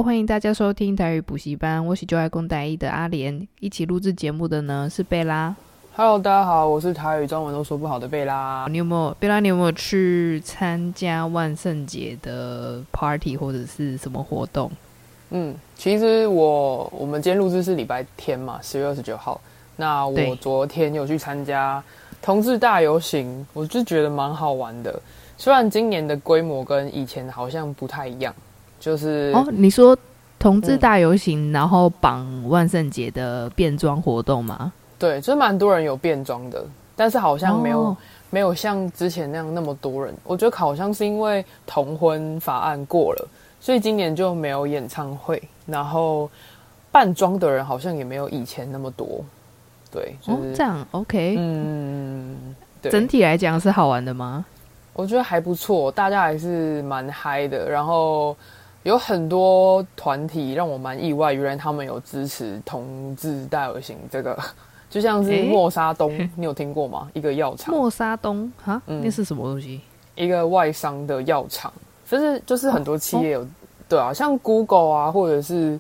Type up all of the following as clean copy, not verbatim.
Hello， 欢迎大家收听台语补习班，我是就爱讲台语的阿莲，一起录制节目的呢是贝拉。 Hello， 大家好，我是台语中文都说不好的贝拉。 贝拉，你有没有去参加万圣节的 party 或者是什么活动？ 其实我们今天录制是礼拜天嘛，10月29号。那我昨天有去参加同志大游行，我就觉得蛮好玩的。虽然今年的规模跟以前好像不太一样，就是你说同志大游行，然后绑万圣节的变装活动吗？ 对，就是蛮多人有变装的，但是好像没有像之前那样那么多人。我觉得好像是因为同婚法案过了，所以今年就没有演唱会，然后扮装的人好像也没有以前那么多。对，就是这样 OK。 对， 整体来讲是好玩的吗？ 我觉得还不错，大家还是蛮嗨的，然后有很多团体让我蛮意外，原来他们有支持同志大游行这个，就像是默沙东，你有听过吗？一个药厂。 默沙东哈，那是什么东西？ 一个外商的药厂，就是很多企业有，对啊，像 Google 啊，或者是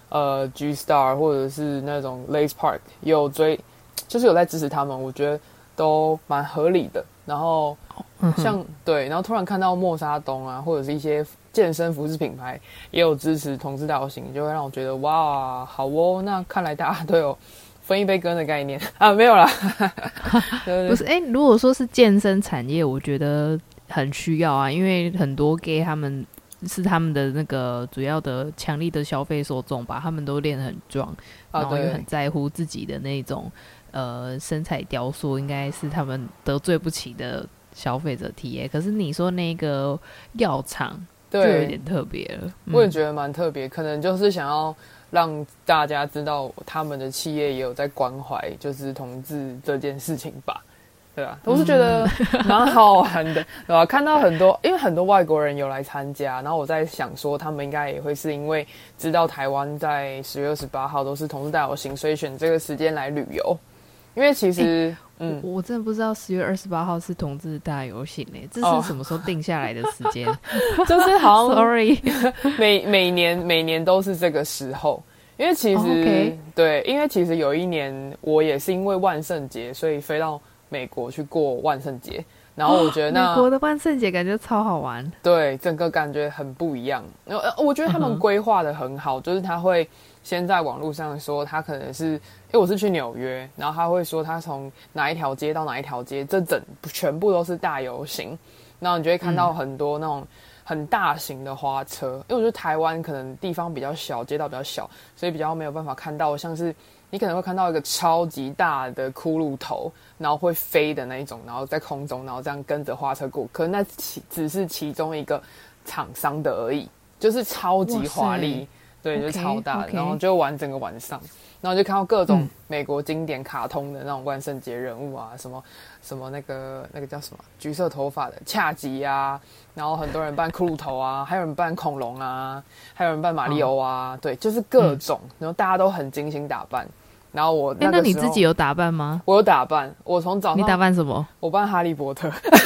G Star 或者是那种 Lace Park 就是有在支持他们，我觉得都蛮合理的。然后对，然后突然看到默沙东啊，或者是一些健身服饰品牌也有支持同志大游行，就会让我觉得哇，好哦，那看来大家都有分一杯羹的概念啊，没有啦。 不是，如果说是健身产业，我觉得很需要啊，因为很多 gay 他们是他们的那个主要的强力的消费受众吧，他们都练得很壮，然后也很在乎自己的那种身材雕塑，应该是他们得罪不起的消费者体验。可是你说那个药厂就有点特别了， 我也觉得蛮特别，可能就是想要让大家知道他们的企业也有在关怀就是同志这件事情吧。对吧？我是觉得蛮好玩的，对吧？看到很多，因为很多外国人有来参加，然后我在想说，他们应该也会是因为知道台湾在10月28号都是同志大游行，所以选这个时间来旅游。因为其实， 我真的不知道10月28号是同志大游行呢，这是什么时候定下来的时间？ 就是好像 ，sorry， 每年都是这个时候。因为其实对，因为其实有一年我也是因为万圣节，所以飞到美国去过万圣节，然后我觉得美国的万圣节感觉超好玩， 对，整个感觉很不一样。我觉得他们规划的很好，就是他会先在网络上说他可能是，因为我是去纽约，然后他会说他从哪一条街到哪一条街，这全部都是大游行，然后你就会看到很多那种很大型的花车，因为我觉得台湾可能地方比较小，街道比较小，所以比较没有办法看到像是你可能会看到一个超级大的骷髅头，然后会飞的那一种，然后在空中，然后这样跟着花车过。可能那只是其中一个厂商的而已，就是超级华丽，对，就超大的，然后就玩整个晚上，然后就看到各种美国经典卡通的那种万圣节人物啊，什么那个叫什么橘色头发的恰吉啊，然后很多人扮骷髅头啊，还有人扮恐龙啊，还有人扮马里欧啊，对，就是各种，然后大家都很精心打扮。然后我那你自己有打扮吗？ 我有打扮，我从早上你打扮什么？ 我扮哈利波特。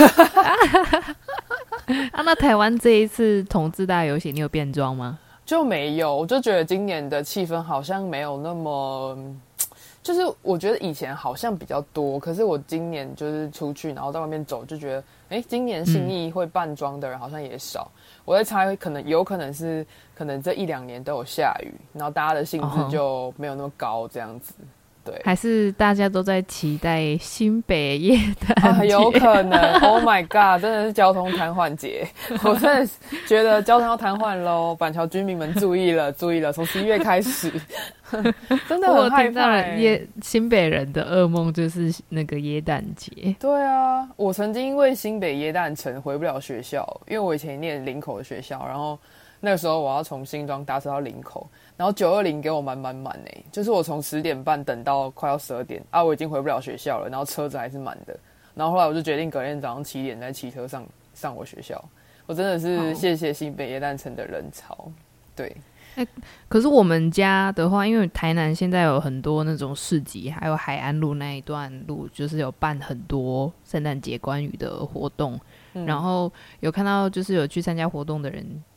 那台湾这一次同志大游行，你有变装吗？ 就没有，我就觉得今年的气氛好像没有那么，就是我觉得以前好像比较多，可是我今年就是出去，然后在外面走，就觉得，今年信义会扮装的人好像也少。我在猜，有可能是这1-2年都有下雨，然后大家的兴致就没有那么高，这样子。对， 还是大家都在期待新北耶诞节？ 有可能。Oh my god， 真的是交通瘫痪节！我真的觉得交通要瘫痪喽，板桥居民们注意了，从11月开始，真的很害怕。 新北人的噩梦就是那个耶诞节。 对啊，我曾经因为新北耶诞城回不了学校，因为我以前念林口的学校，然后那个时候我要从新庄搭车到林口，然后920给我满就是我从10点半等到快要12点啊，我已经回不了学校了，然后车子还是满的，然后后来我就决定隔天早上7点再骑车上我学校。我真的是谢谢新北耶诞城的人潮。对， 可是我们家的话，因为台南现在有很多那种市集，还有海岸路那一段路，就是有办很多圣诞节关于的活动，然后有看到就是有去参加活动的人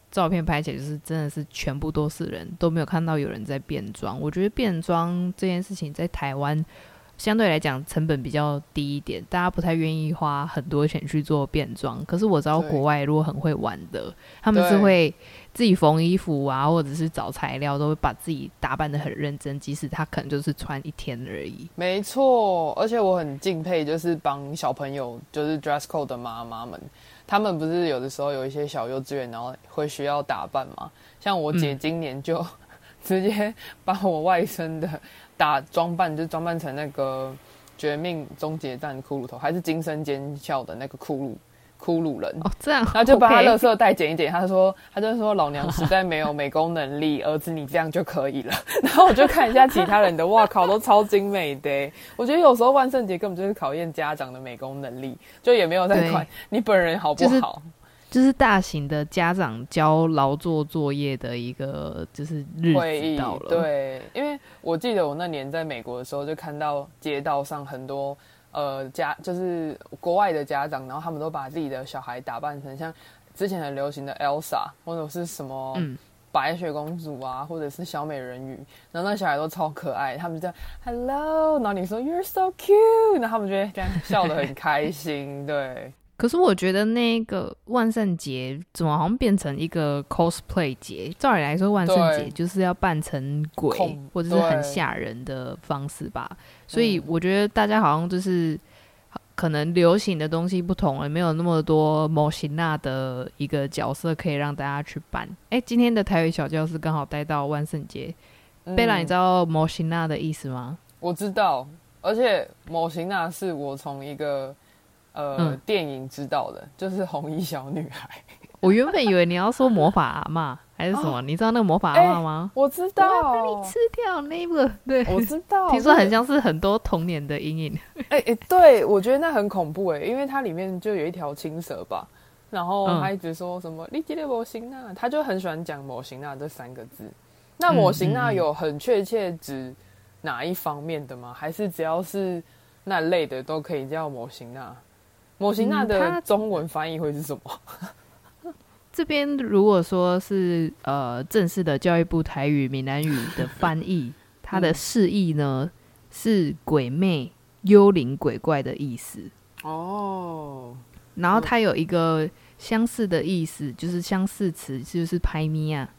照片拍起来就是真的是全部都是人，都没有看到有人在变装。我觉得变装这件事情在台湾相对来讲成本比较低一点，大家不太愿意花很多钱去做变装。可是我知道国外如果很会玩的，他们是会自己缝衣服啊，或者是找材料，都会把自己打扮得很认真，即使他可能就是穿一天而已。 没错，而且我很敬佩，就是帮小朋友就是 dress code 的妈妈们，他们不是有的时候有一些小幼稚园，然后会需要打扮嘛。像我姐今年就直接把我外甥的装扮，就装扮成那个绝命终结站骷髅头，还是惊声尖叫的那个骷髅人哦，这样， 然后就把他垃圾袋剪一剪。他就说老娘实在没有美工能力，儿子你这样就可以了。然后我就看一下其他人的，哇靠，都超精美的。我觉得有时候万圣节根本就是考验家长的美工能力，就也没有在管你本人好不好。 就是大型的家长交劳作作业的一个就是日子到了。 对，因为我记得我那年在美国的时候，就看到街道上很多就是国外的家长，然后他们都把自己的小孩打扮成像之前很流行的 Elsa 或者是什么白雪公主啊，或者是小美人鱼，然后那小孩都超可爱，他们就这样 Hello， 然后你说 You're so cute， 然后他们就会这样笑得很开心。对。 可是我觉得那个万圣节怎么好像变成一个 cosplay 节？照理来说，万圣节就是要扮成鬼或者是很吓人的方式吧。所以我觉得大家好像就是可能流行的东西不同了，没有那么多模型娜的一个角色可以让大家去扮。今天的台语小教室刚好带到万圣节。贝拉，你知道模型娜的意思吗？ 我知道，而且模型娜是我从一个电影知道的，就是红衣小女孩。 我原本以为你要说魔法阿嬷还是什么，你知道那个魔法阿嬷吗？ 我知道， 我要把你吃掉那个，对， 我知道。 听说很像是很多童年的阴影。 对，我觉得那很恐怖因为它里面就有一条青蛇吧，然后他一直说什么你这个模型娜，他就很喜欢讲模型娜这3个字。那模型娜有很确切指哪一方面的吗？还是只要是那类的都可以叫模型娜？模型娜的中文翻译会是什么？ 这边如果说是正式的教育部台语闽南语的翻译，它的释义呢是鬼魅、幽灵、鬼怪的意思。哦，然后它有一个相似的意思，就是相似词就是拍咪啊。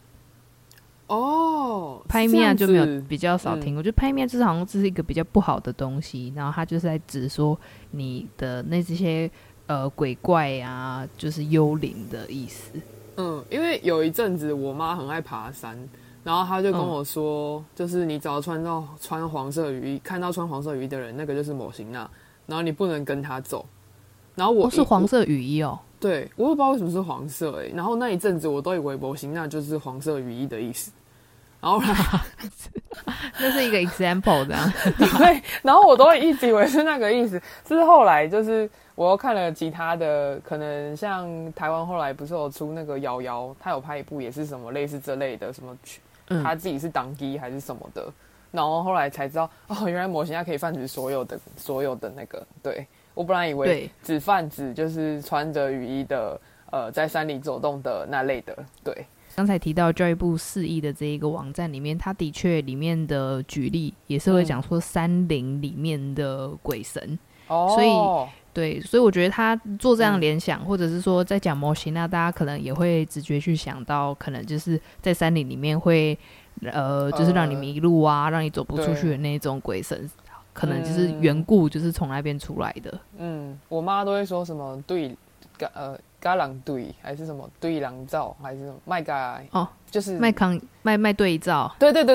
哦，拍面就没有比较少听过，就拍面就是好像这是一个比较不好的东西，然后他就是在指说你的那些鬼怪啊，就是幽灵的意思。 因为有一阵子我妈很爱爬山，然后她就跟我说，就是你只要穿黄色雨衣，看到穿黄色雨衣的人，那个就是某型娜，然后你不能跟他走。然后是黄色雨衣哦。 对，我也不知道为什么是黄色然后那一阵子我都以为某型娜就是黄色雨衣的意思。然后那是一个 example 这样。 对，然后我都一直以为是那个意思，是后来就是我又看了其他的，可能像台湾后来不是有出那个瑶瑶，他有拍一部也是什么类似这类的，什么他自己是当机还是什么的，然后后来才知道原来模型娜可以泛指所有的那个。对，我本来以为只泛指就是穿着雨衣的在山里走动的那类的。对， 刚才提到教育部释义的这一个网站里面，它的确里面的举例也是会讲说山林里面的鬼神。所以我觉得他做这样联想，或者是说在讲模型，那大家可能也会直觉去想到，可能就是在山林里面会就是让你迷路啊，让你走不出去的那种鬼神，可能就是缘故就是从那边出来的。 我妈都会说什么对嘎朗对还是什么对狼照还是什么卖嘎就是卖对照。 对对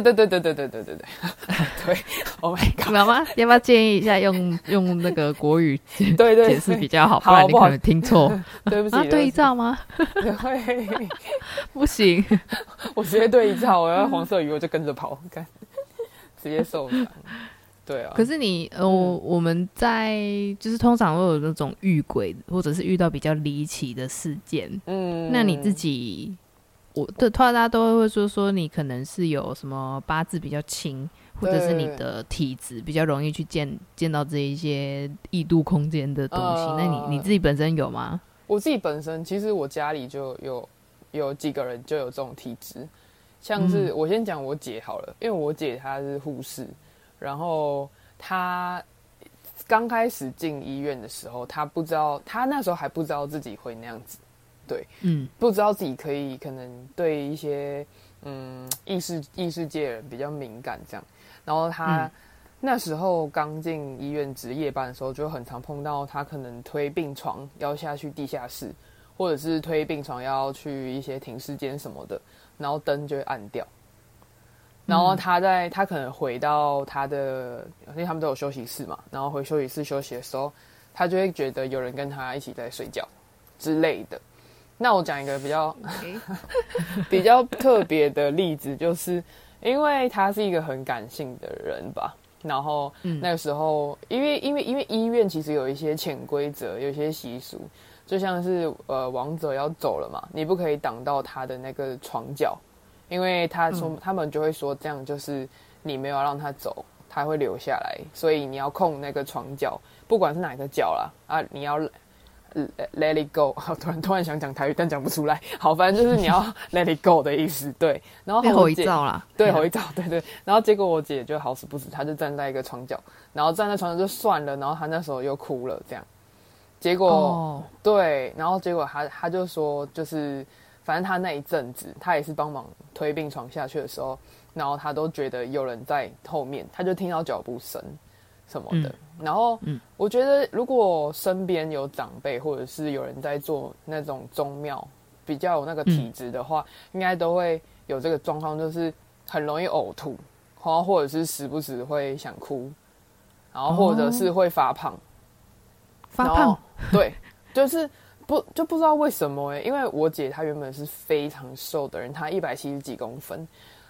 ，Oh my god！ 妈妈要不要建议一下用那个国语解释比较好，不然你可能听错。 对不起， 对照吗？ 对， 不行， 我直接对照，我要黄色鱼我就跟着跑，直接受伤。对啊， 可是我们在就是通常会有那种遇鬼，或者是遇到比较离奇的事件。那你自己，大家都会说你可能是有什么八字比较轻，或者是你的体质比较容易去见到这一些异度空间的东西。那你自己本身有吗？ 我自己本身其实我家里就有有几个人就有这种体质，像是我先讲我姐好了，因为我姐她是护士，然后她刚开始进医院的时候，她不知道，她那时候还不知道自己会那样子，对，不知道自己可能对一些异世界人比较敏感这样，然后她那时候刚进医院值夜班的时候，就很常碰到她可能推病床要下去地下室，或者是推病床要去一些停尸间什么的，然后灯就会暗掉。然后他可能回到他的，因为他们都有休息室嘛，然后回休息室休息的时候，他就会觉得有人跟他一起在睡觉之类的。那我讲一个比较比较特别的例子，就是因为他是一个很感性的人吧，然后那个时候，因为医院其实有一些潜规则，有一些习俗，就像是亡者要走了嘛，你不可以挡到他的那个床脚。因为他们就会说，这样就是你没有让他走，他会留下来，所以你要控那个床脚，不管是哪个脚啦啊，你要 let it go。突然想讲台语，但讲不出来。好，反正就是你要 let it go 的意思，对。然后吼一照啦， 对，吼一照，对。然后结果我姐就好死不死，她就站在一个床角，然后站在床角就算了，然后她那时候又哭了，这样。结果对，然后结果她就说，就是。反正他那一阵子，他也是帮忙推病床下去的时候，然后他都觉得有人在后面，他就听到脚步声什么的。然后我觉得，如果身边有长辈或者是有人在做那种宗庙，比较有那个体质的话，应该都会有这个状况，就是很容易呕吐，然后或者是时不时会想哭，然后或者是会发胖。 发胖？ 对，就是。不知道为什么因为我姐她原本是非常瘦的人，她170几公分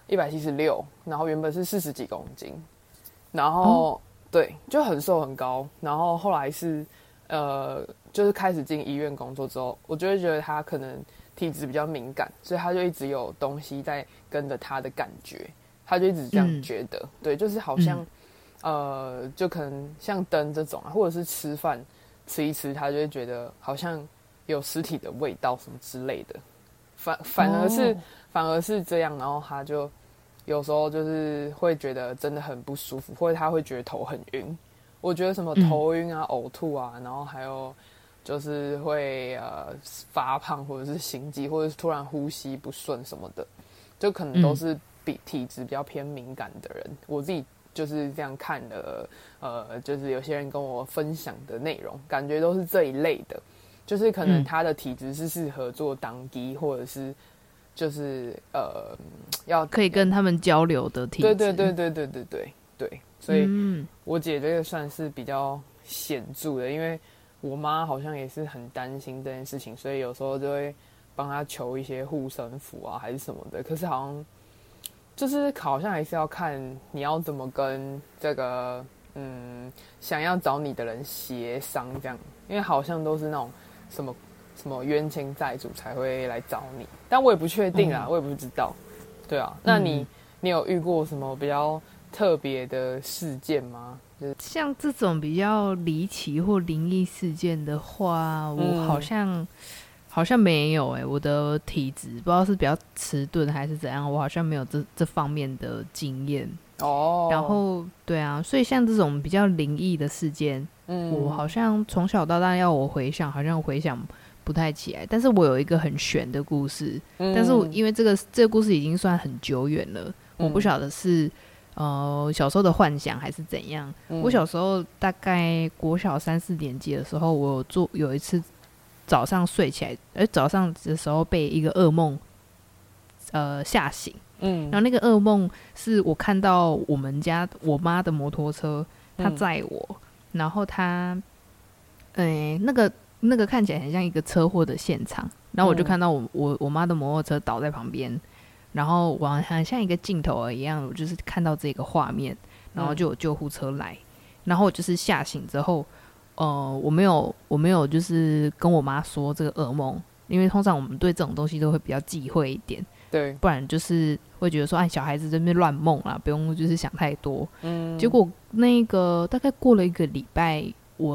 ，176，然后原本是40几公斤，然后对，就很瘦很高，然后后来是就是开始进医院工作之后，我就会觉得她可能体质比较敏感，所以她就一直有东西在跟着她的感觉，她就一直这样觉得，对，就是好像就可能像灯这种啊，或者是吃饭吃一吃，她就会觉得好像有尸体的味道什么之类的，反而是这样，然后他就有时候就是会觉得真的很不舒服，或者他会觉得头很晕。我觉得什么头晕啊、呕吐啊，然后还有就是会发胖，或者是心悸，或者是突然呼吸不顺什么的，就可能都是比体质比较偏敏感的人。我自己就是这样看了，就是有些人跟我分享的内容，感觉都是这一类的。就是可能他的体质是适合做当机，或者是就是要可以跟他们交流的体质。 对，所以我姐这个算是比较显著的，因为我妈好像也是很担心这件事情，所以有时候就会帮她求一些护身符啊，还是什么的。可是好像还是要看你要怎么跟这个想要找你的人协商这样，因为好像都是那种。什么冤亲债主才会来找你，但我也不确定啦，我也不知道。对啊，那你有遇过什么比较特别的事件吗？就是像这种比较离奇或灵异事件的话，我好像没有我的体质不知道是比较迟钝还是怎样，我好像没有这方面的经验。然后对啊，所以像这种比较灵异的事件，我好像从小到大要我回想，好像回想不太起来。但是我有一个很玄的故事，但是因为这个故事已经算很久远了，我不晓得是小时候的幻想还是怎样。我小时候大概国小3、4年级的时候，我有一次早上睡起来，早上的时候被一个噩梦吓醒。然后那个噩梦是我看到我妈的摩托车，她载我，然后她那个看起来很像一个车祸的现场，然后我就看到我妈的摩托车倒在旁边，然后我很像一个镜头一样，我就是看到这个画面，然后就有救护车来，然后我就是吓醒之后，我没有就是跟我妈说这个噩梦，因为通常我们对这种东西都会比较忌讳一点。 对， 不然就是会觉得说，小孩子在那边乱梦啦，不用就是想太多。结果那个大概过了1个礼拜，我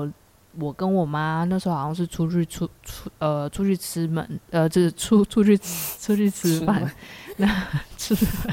我跟我妈那时候好像是出去吃门，就是出去吃饭，那吃饭，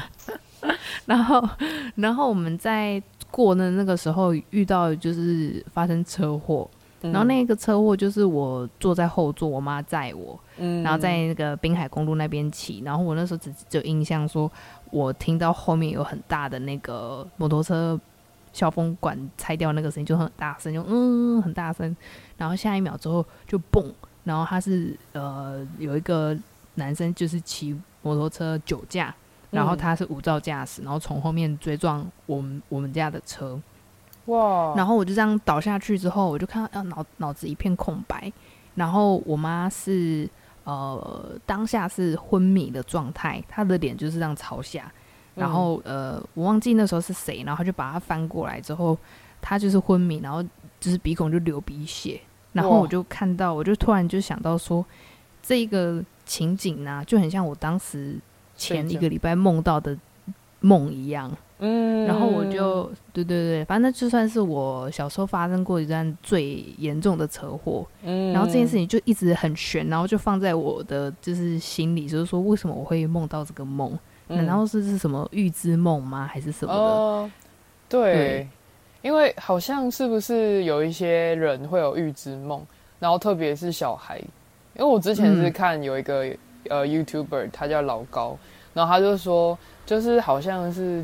然后我们在过的那个时候遇到就是发生车祸。然后那个车祸就是我坐在后座，我妈载我，然后在那个滨海公路那边骑，然后我那时候只有印象说，我听到后面有很大的那个摩托车消风管拆掉那个声音，就很大声，就很大声，然后下一秒之后就蹦，然后他是有一个男生就是骑摩托车酒驾，然后他是无照驾驶，然后从后面追撞我们家的车。哇！然后我就这样倒下去之后，我就看到脑子一片空白。然后我妈是当下是昏迷的状态，她的脸就是这样朝下。然后我忘记那时候是谁，然后就把她翻过来之后，她就是昏迷，然后就是鼻孔就流鼻血。然后我就看到，我就突然就想到说，这个情景啊，就很像我当时前一个礼拜梦到的梦一样。然后我就对，反正就算是我小时候发生过一段最严重的车祸，然后这件事情就一直很悬，然后就放在我的就是心里，就是说为什么我会梦到这个梦？难道是什么预知梦吗？还是什么的？ 对，因为好像是不是有一些人会有预知梦，然后特别是小孩，因为我之前是看有一个YouTuber， 他叫老高，然后他就说。就是好像是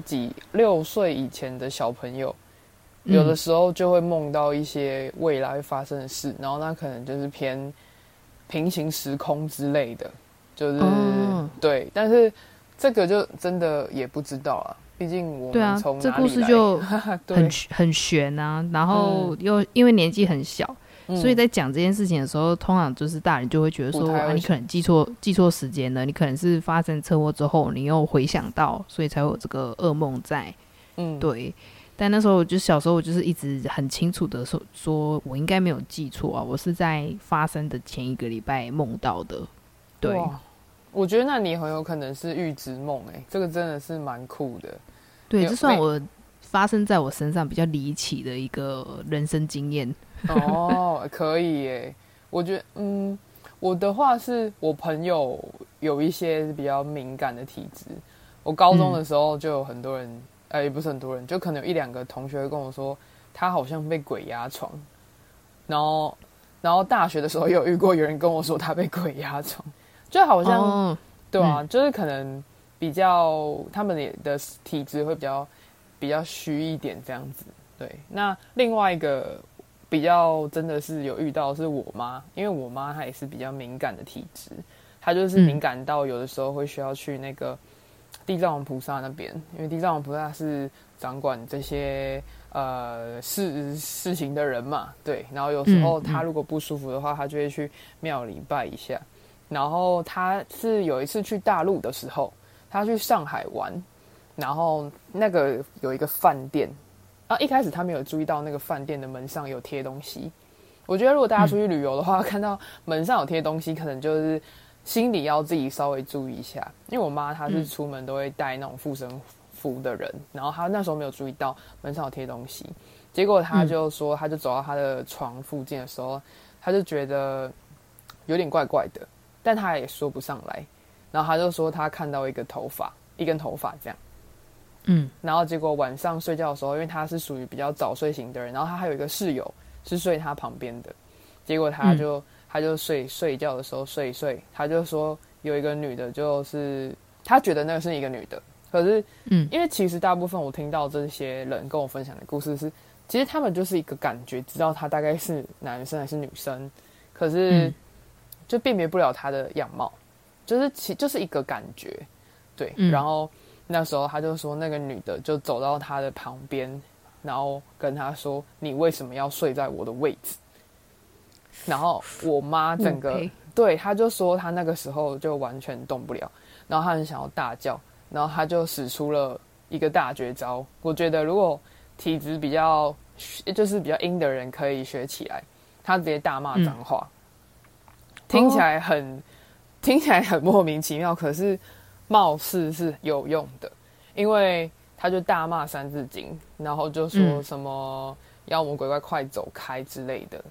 6岁以前的小朋友，有的时候就会梦到一些未来发生的事，然后那可能就是偏平行时空之类的，就是、对。但是这个就真的也不知道啊，毕竟我们从哪里来， 这故事就很悬啊。然后又因为年纪很小。所以在讲这件事情的时候，通常就是大人就会觉得说，你可能记错时间了，你可能是发生车祸之后，你又回想到，所以才会有这个噩梦在。对。但那时候小时候我就是一直很清楚的说我应该没有记错啊，我是在发生的前一个礼拜梦到的。对， 我觉得那你很有可能是预知梦，这个真的是蛮酷的。 对，这算我发生在我身上比较离奇的一个人生经验。 可以耶。我觉得我的话是我朋友有一些比较敏感的体质。我高中的时候就有很多人也不是很多人，就可能有1-2个同学会跟我说他好像被鬼压床，然后大学的时候也有遇过有人跟我说他被鬼压床，就好像对啊，就是可能比较他们的体质会比较虚一点这样子。对，那另外一个比较真的是有遇到是我妈，因为我妈她也是比较敏感的体质，她就是敏感到有的时候会需要去那个地藏王菩萨那边，因为地藏王菩萨是掌管这些事情的人嘛，对。然后有时候她如果不舒服的话，她就会去庙里拜一下。然后她是有一次去大陆的时候，她去上海玩，然后那个有一个饭店。一开始他没有注意到那个饭店的门上有贴东西。我觉得如果大家出去旅游的话，看到门上有贴东西，可能就是心里要自己稍微注意一下。因为我妈她是出门都会带那种护身符的人，然后她那时候没有注意到门上有贴东西，结果她就说，她就走到她的床附近的时候，她就觉得有点怪怪的，但她也说不上来。然后她就说她看到一根头发这样。然后结果晚上睡觉的时候，因为他是属于比较早睡型的人，然后他还有一个室友是睡他旁边的，结果他就睡觉的时候睡一睡，他就说有一个女的，就是他觉得那个是一个女的，可是因为其实大部分我听到这些人跟我分享的故事是，其实他们就是一个感觉，知道他大概是男生还是女生，可是就辨别不了他的样貌，就是一个感觉，对，然后。那时候他就说那个女的就走到他的旁边，然后跟他说你为什么要睡在我的位置。然后我妈整个对，他就说他那个时候就完全动不了，然后他很想要大叫，然后他就使出了一个大绝招。我觉得如果体质比较就是比较阴的人可以学起来，他直接大骂脏话，听起来很莫名其妙，可是貌似是有用的，因为他就大骂三字经，然后就说什么妖魔鬼怪快走开之类的，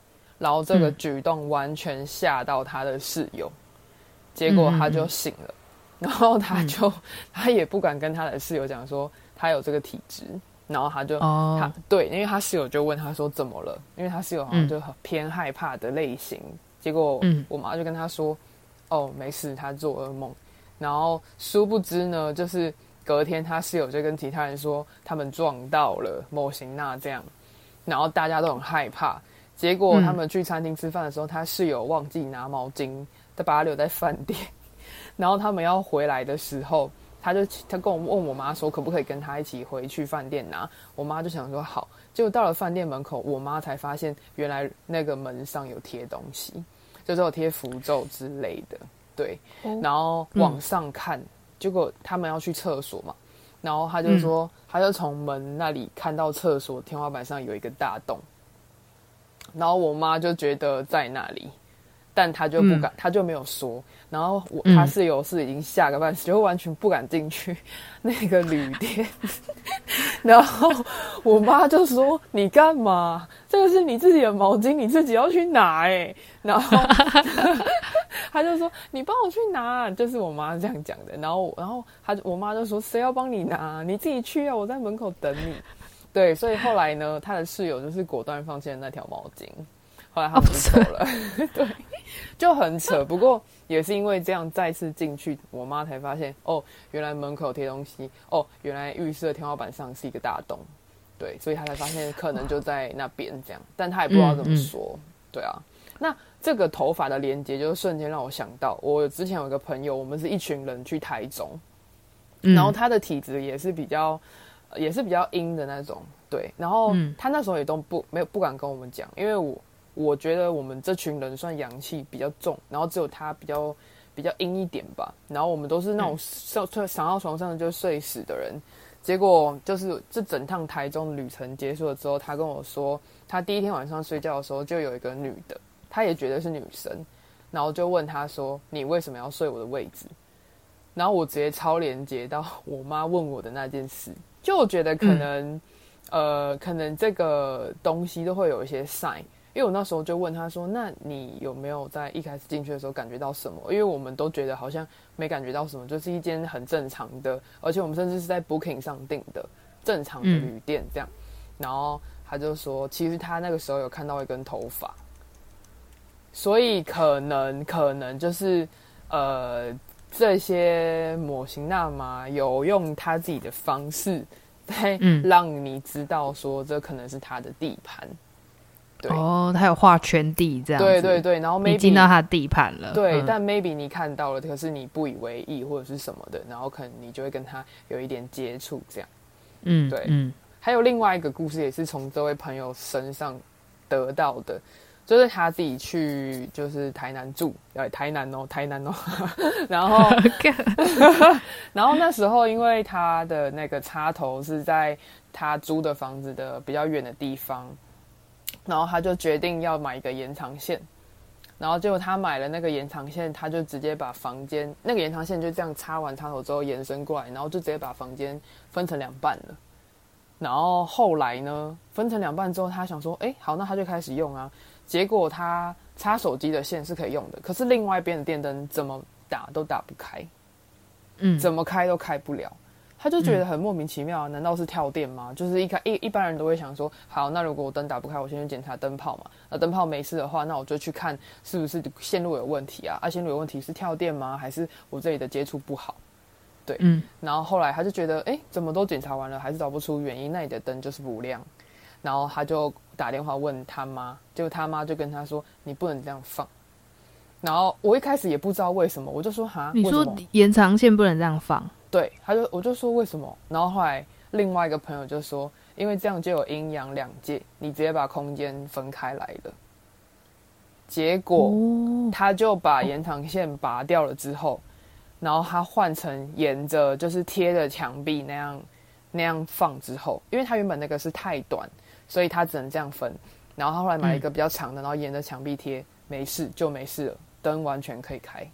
然后这个举动完全吓到他的室友，结果他就醒了，然后他也不敢跟他的室友讲说他有这个体质，然后对，因为他室友就问他说怎么了，因为他室友好像就很偏害怕的类型，结果我妈就跟他说没事，他做噩梦，然后殊不知呢，就是隔天他室友就跟其他人说他们撞到了某型娜这样，然后大家都很害怕，结果他们去餐厅吃饭的时候，他室友忘记拿毛巾，他把他留在饭店，然后他们要回来的时候，他跟我问我妈说可不可以跟他一起回去饭店拿，我妈就想说好，结果到了饭店门口，我妈才发现原来那个门上有贴东西，就是有贴符咒之类的，对，然后往上看，结果他们要去厕所嘛，然后他就说，他就从门那里看到厕所天花板上有一个大洞，然后我妈就觉得在那里，但他就不敢，他就没有说。然后他室友是已经吓个半死，就完全不敢进去那个旅店。然后我妈就说：“你干嘛？这个是你自己的毛巾，你自己要去拿。”然后他就说：“你帮我去拿。”就是我妈这样讲的。然后我妈就说：“谁要帮你拿？你自己去啊，我在门口等你。”对，所以后来呢，他的室友就是果断放弃了那条毛巾。后来他们就走了，对，就很扯。不过也是因为这样再次进去，我妈才发现原来门口贴东西，原来浴室的天花板上是一个大洞，对，所以他才发现可能就在那边这样，但他也不知道怎么说，对啊。那这个头发的连接，就瞬间让我想到，我之前有一个朋友，我们是一群人去台中，然后他的体质也是比较阴的那种，对，然后他那时候也都不敢跟我们讲，因为我觉得我们这群人算阳气比较重，然后只有他比较阴一点吧，然后我们都是那种躺到床上就睡死的人。结果就是这整趟台中旅程结束了之后，他跟我说，他第一天晚上睡觉的时候就有一个女的，他也觉得是女生，然后就问他说：“你为什么要睡我的位置？”然后我直接超连接到我妈问我的那件事，就我觉得可能这个东西都会有一些 sign。因为我那时候就问他说：“那你有没有在一开始进去的时候感觉到什么？”因为我们都觉得好像没感觉到什么，就是一间很正常的，而且我们甚至是在 Booking 上订的正常的旅店这样。然后他就说，其实他那个时候有看到一根头发，所以可能就是这些抹型娜玛有用他自己的方式在让你知道说这可能是他的地盘。 他有画圈地这样子， 对，然后 maybe 你进到他地盘了， 对，但 maybe 你看到了，可是你不以为意或者是什么的，然后可能你就会跟他有一点接触这样，对，还有另外一个故事也是从这位朋友身上得到的，就是他自己去就是台南住，台南哦，然后然后那时候因为他的那个插头是在他租的房子的比较远的地方。然后他就决定要买一个延长线，然后结果他买了那个延长线，他就直接把房间那个延长线就这样插完插头之后延伸过来，然后就直接把房间分成两半了。然后后来呢，分成两半之后，他想说，好，那他就开始用啊。结果他插手机的线是可以用的，可是另外一边的电灯怎么打都打不开，怎么开都开不了。他就觉得很莫名其妙，难道是跳电吗？就是一般人都会想说，好，那如果我灯打不开，我先去检查灯泡嘛。那灯泡没事的话，那我就去看是不是线路有问题啊？线路有问题是跳电吗？还是我这里的接触不好？对，然后后来他就觉得，怎么都检查完了，还是找不出原因，那里的灯就是不亮。然后他就打电话问他妈，结果他妈就跟他说，你不能这样放。然后我一开始也不知道为什么，我就说你说延长线不能这样放？ 对，我就说为什么？然后后来另外一个朋友就说，因为这样就有阴阳两界，你直接把空间分开来了。结果他就把延长线拔掉了之后，然后他换成沿着就是贴着墙壁那样放之后，因为他原本那个是太短，所以他只能这样分。然后他后来买了一个比较长的，然后沿着墙壁贴，没事就没事了，灯完全可以开。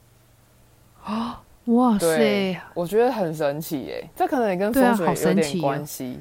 哇塞， 我觉得很神奇耶，这可能也跟风水有点关系。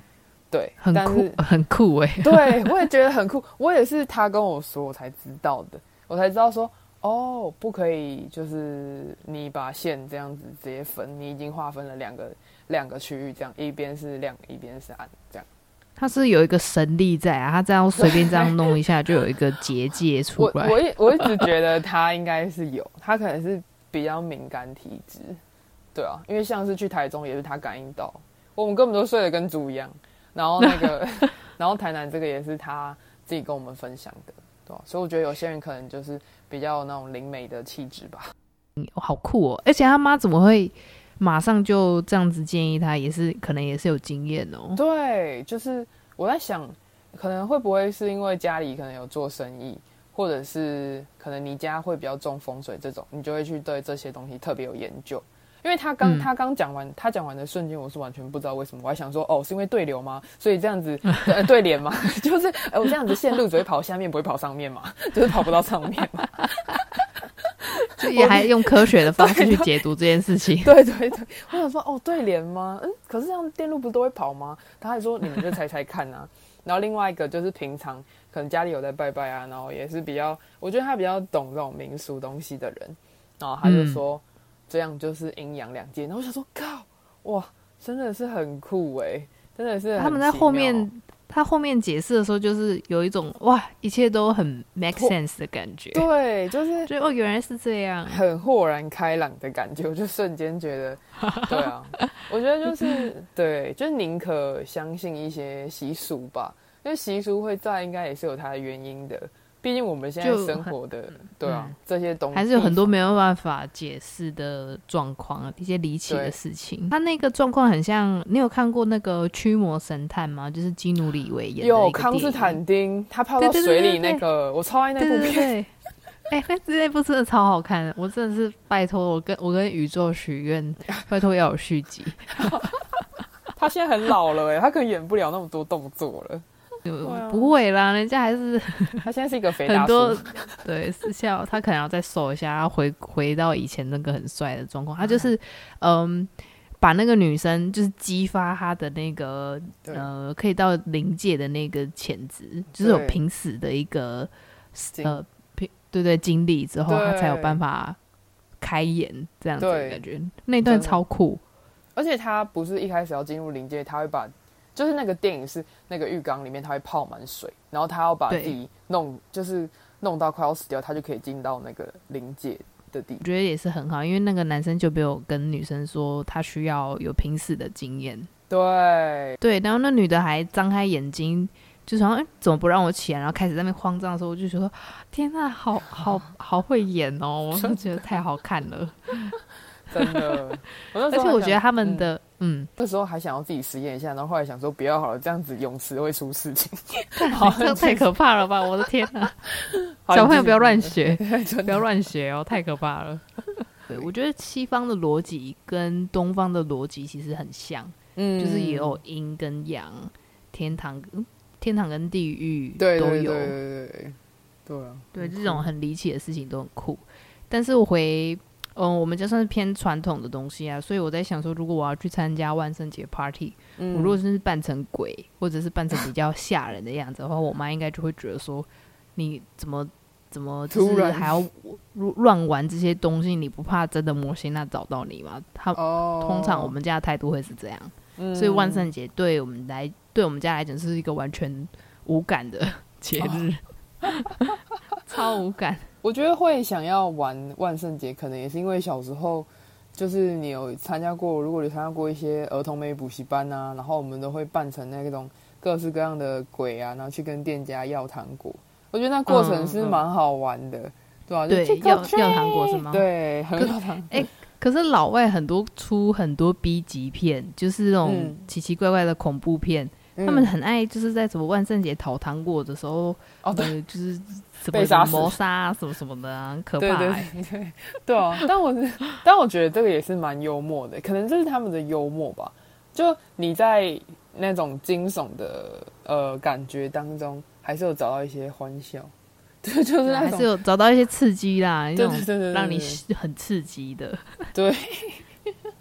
对， 很酷，很酷哎。 对，我也觉得很酷。我也是他跟我说，我才知道的，我才知道说，哦，不可以，就是你把线这样子直接分，你已经划分了两个区域，这样一边是亮，一边是暗，这样。 他是有一个神力在啊，他这样随便这样弄一下，就有一个结界出来。 我一直觉得他应该是有，他可能是比较敏感体质，对啊，因为像是去台中也是他感应到，我们根本都睡得跟猪一样。然后然后台南这个也是他自己跟我们分享的，对吧？所以我觉得有些人可能就是比较有那种灵媒的气质吧。 好酷哦！而且他妈怎么会马上就这样子建议他？也是可能也是有经验哦。 对，就是我在想，可能会不会是因为家里可能有做生意，或者是可能你家会比较重风水这种，你就会去对这些东西特别有研究。因为他刚讲完，他讲完的瞬间，我是完全不知道为什么。我还想说，哦，是因为对流吗？所以这样子对联吗？就是我这样子线路只会跑下面，不会跑上面嘛？就是跑不到上面嘛？ 就也还用科学的方式去解读这件事情。 对对对，我想说，哦，对联吗？可是这样电路不是都会跑吗？他还说你们就猜猜看啊。然后另外一个就是平常可能家里有在拜拜啊，然后也是比较，我觉得他比较懂这种民俗东西的人，然后他就说。这样就是阴阳两界，然后我想说，靠，哇，真的是很酷哎，真的是很他们在后面，他后面解释的时候，就是有一种哇，一切都很 make sense 的感觉。 对，就是就哦，原来是这样， 很豁然开朗的感觉，我就瞬间觉得，对啊，我觉得就是对，就是宁可相信一些习俗吧，因为习俗会在，应该也是有它的原因的。毕竟我们现在生活的，对啊，这些东西还是有很多没有办法解释的状况，一些离奇的事情。他那个状况很像，你有看过那个《驱魔神探》吗？就是基努里维演的有康斯坦丁，他泡到水里那个，我超爱那部片。 那部真的超好看的，我真的是拜托我跟宇宙许愿，拜托要有续集。 他现在很老了他可能演不了那么多动作了。 不会啦，人家还是他现在是一个肥大叔， 很多对私校，他可能要再瘦一下，要回到以前那个很帅的状况。他就是把那个女生就是激发她的那个可以到灵界的那个潜质，就是有濒死的一个对经历之后，他才有办法开眼这样子的感觉。那段超酷， 而且他不是一开始要进入灵界，他会把。就是那个电影是那个浴缸里面，他会泡满水，然后他要把自己弄到快要死掉，他就可以进到那个灵界的地方。 我觉得也是很好，因为那个男生就没有跟女生说他需要有濒死的经验。 对， 然后那女的还张开眼睛，就说怎么不让我起来？然后开始在那边慌张的时候，我就觉得天哪，好会演哦！我就觉得太好看了。 真的，而且我觉得他们的那时候还想要自己实验一下，然后后来想说不要好了，这样子泳池会出事情， 这太可怕了吧！我的天哪，小朋友不要乱学，不要乱学哦，太可怕了。对，我觉得西方的逻辑跟东方的逻辑其实很像，就是也有阴跟阳，天堂跟地狱都有， 对啊， 对这种很离奇的事情都很酷。但是我们家算是偏传统的东西啊，所以我在想说，如果我要去参加万圣节 party，我如果是扮成鬼，或者是扮成比较吓人的样子的话，我妈应该就会觉得说，你怎么就是还要乱玩这些东西？你不怕真的魔神那找到你吗？通常我们家的态度会是这样，所以万圣节对我们家来讲是一个完全无感的节日，超无感。 我觉得会想要玩万圣节，可能也是因为小时候就是你有参加过，如果你参加过一些儿童美补习班啊，然后我们都会扮成那种各式各样的鬼啊，然后去跟店家要糖果。我觉得那过程是蛮好玩的，对吧？ 对，要糖果是吗？ 对，很要糖果。 可是老外出很多 B 级片，就是那种奇奇怪怪的恐怖片。他们很爱就是在什么万圣节讨糖果的时候，就是什么谋杀什么什么的啊，很可怕。 对啊，但我觉得这个也是蛮幽默的，可能这是他们的幽默吧。就你在那种惊悚的感觉当中，还是有找到一些欢笑，对，就是那种还是有找到一些刺激啦，那种让你很刺激的， 对。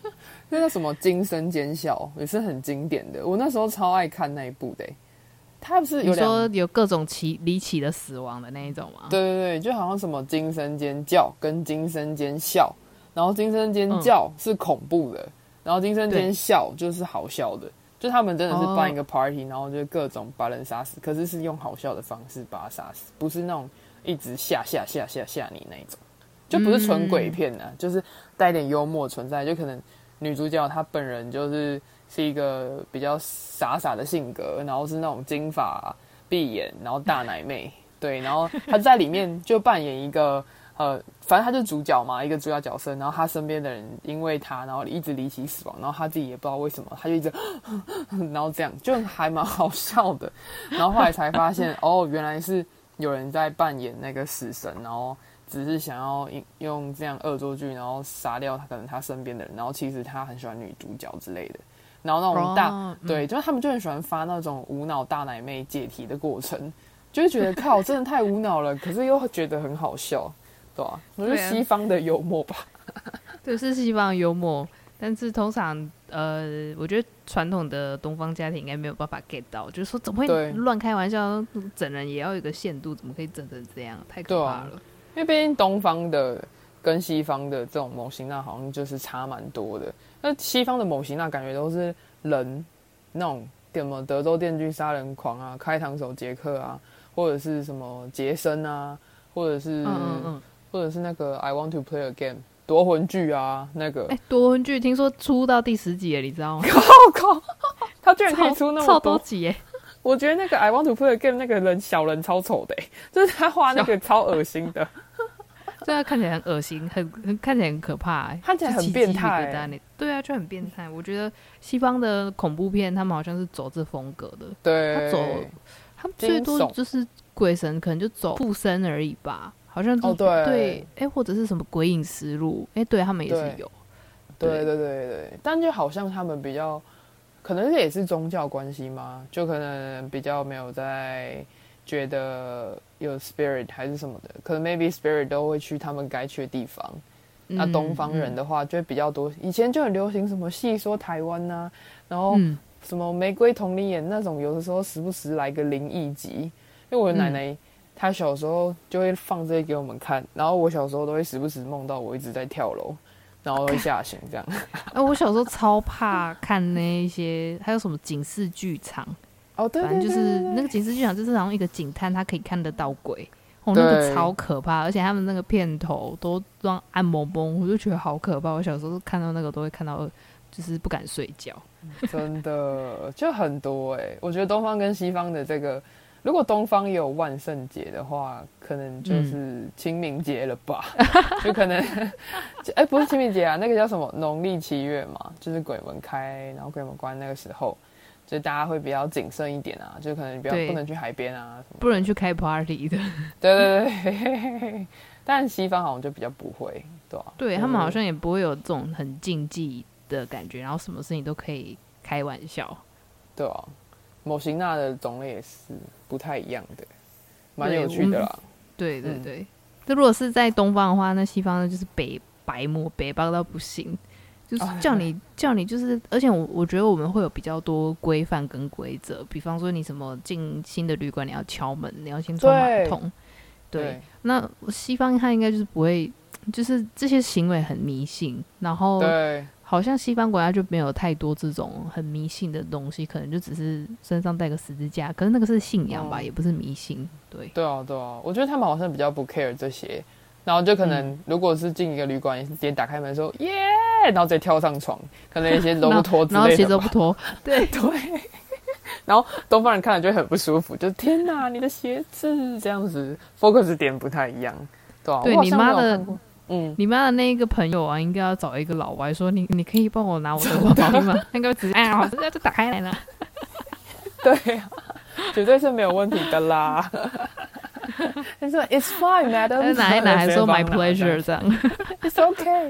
那个什么惊声尖笑也是很经典的，我那时候超爱看那一部的。他不是有你说有各种离奇的死亡的那一种吗？ 对对对，就好像什么惊声尖叫跟惊声尖笑，然后惊声尖叫是恐怖的，然后惊声尖笑就是好笑的，就他们真的是办一个 party，然后就各种把人杀死，可是是用好笑的方式把他杀死，不是那种一直吓你那一种，就不是纯鬼片啊，就是带一点幽默存在，就可能女主角她本人是一个比较傻傻的性格，然后是那种金发碧眼，然后大奶妹，对，然后她在里面就扮演一个反正她就是主角嘛，一个主角角色，然后她身边的人因为她，然后一直离奇死亡，然后她自己也不知道为什么，她就一直然后这样就还蛮好笑的，然后后来才发现哦，原来是有人在扮演那个死神，然后只是想要用这样恶作剧，然后杀掉可能他身边的人，然后其实他很喜欢女主角之类的，然后那种对，就是他们就很喜欢发那种无脑大奶妹解题的过程，就会觉得靠，真的太无脑了，可是又觉得很好笑，对吧？我觉得西方的幽默吧， 对，是西方的幽默，但是通常我觉得传统的东方家庭应该没有办法 get 到，就是说怎么会乱开玩笑，整人也要有一个限度，怎么可以整成这样，太可怕了。 因为毕竟东方的跟西方的这种猛型那好像就是差蛮多的。那西方的猛型那感觉都是人那种什么德州电锯杀人狂啊、开膛手杰克啊，或者是什么杰森啊，或者是那个 I want to play a game 夺魂锯啊，那个夺魂锯听说出到第10集了，你知道吗？ 靠，他居然可以出那么超多集耶！ 我觉得那个 I want to play a game 那个人小人超丑的，就是他画那个超恶心的。 对啊，看起来很恶心，看起来很可怕， 看起来很变态。 对啊，就很变态。我觉得西方的恐怖片，他们好像是走这风格的。 对， 他们最多就是鬼神，可能就走附身而已吧。好像是对，或者是什么鬼影实录，对他们也是有。 对，但就好像他们比较，可能也是宗教关系嘛，就可能比较没有在觉得有 spirit 还是什么的，可能 maybe spirit 都会去他们该去的地方。那东方人的话就会比较多，以前就很流行什么戏说台湾啊，然后什么玫瑰同龄眼那种，有的时候时不时来个灵异集。因为我的奶奶她小时候就会放这些给我们看，然后我小时候都会时不时梦到我一直在跳楼，然后会吓醒这样。 我小时候超怕看那一些，还有什么警示剧场。 对， 反正就是那个警示剧场，就是好像一个警探，他可以看得到鬼，那个超可怕，而且他们那个片头都装暗蒙蒙，我就觉得好可怕。我小时候看到那个都会看到，就是不敢睡觉。 真的就很多我觉得东方跟西方的这个，如果东方也有万圣节的话，可能就是清明节了吧？就可能不是清明节啊，那个叫什么农历7月嘛，就是鬼门开，然后鬼门关那个时候。就大家会比较谨慎一点啊，就可能不能去海边啊，什么不能去开 party 的。 对，但西方好像就比较不会，对吧？ 对，他们好像也不会有这种很禁忌的感觉，然后什么事情都可以开玩笑， 对啊。某型纳的种类也是不太一样的，蛮有趣的啦。 对，这如果是在东方的话，那西方就是白目北包到不行。就是叫你就是，而且我觉得我们会有比较多规范跟规则，比方说你什么进新的旅馆你要敲门，你要先冲马桶，对。那西方他应该就是不会，就是这些行为很迷信，然后好像西方国家就没有太多这种很迷信的东西，可能就只是身上带个十字架，可是那个是信仰吧，也不是迷信，对。 对啊，我觉得他们好像比较不 care 这些。然后就可能，如果是进一个旅馆，直接打开门说耶，然后直接跳上床，可能一些都不脱之类的， 然后鞋都不脱，对， 然后东方人看了就会很不舒服，就天哪，你的鞋子这样子 ，focus 点不太一样，对吧？ 对，你妈的那一个朋友啊，应该要找一个老外说你可以帮我拿我的包包吗？应该直接就打开来了， 对啊，绝对是没有问题的啦。他说 "It's fine, madam"， 拿一拿还说 "My pleasure" 这样 "It's okay"。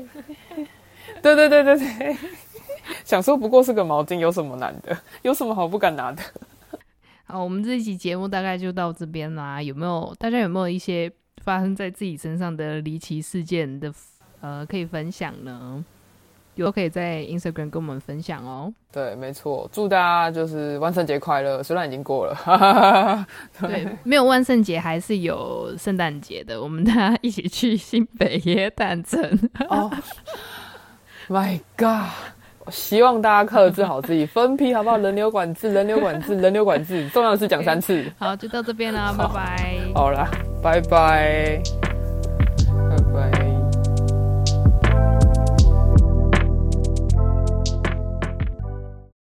对，想说不过是个毛巾，有什么难的？有什么好不敢拿的？ 好，我们这一集节目大概就到这边啦。大家有没有一些发生在自己身上的离奇事件的可以分享呢？ 有可以在 Instagram 跟我们分享哦。 对，没错，祝大家就是万圣节快乐，虽然已经过了。 对，没有万圣节还是有圣诞节的，我们大家一起去新北耶诞城。 哦、My God！ 希望大家克制好自己，分批好不好？人流管制，人流管制，人流管制，重要的是讲3次。 好，就到这边啦，拜拜。 好啦，拜拜。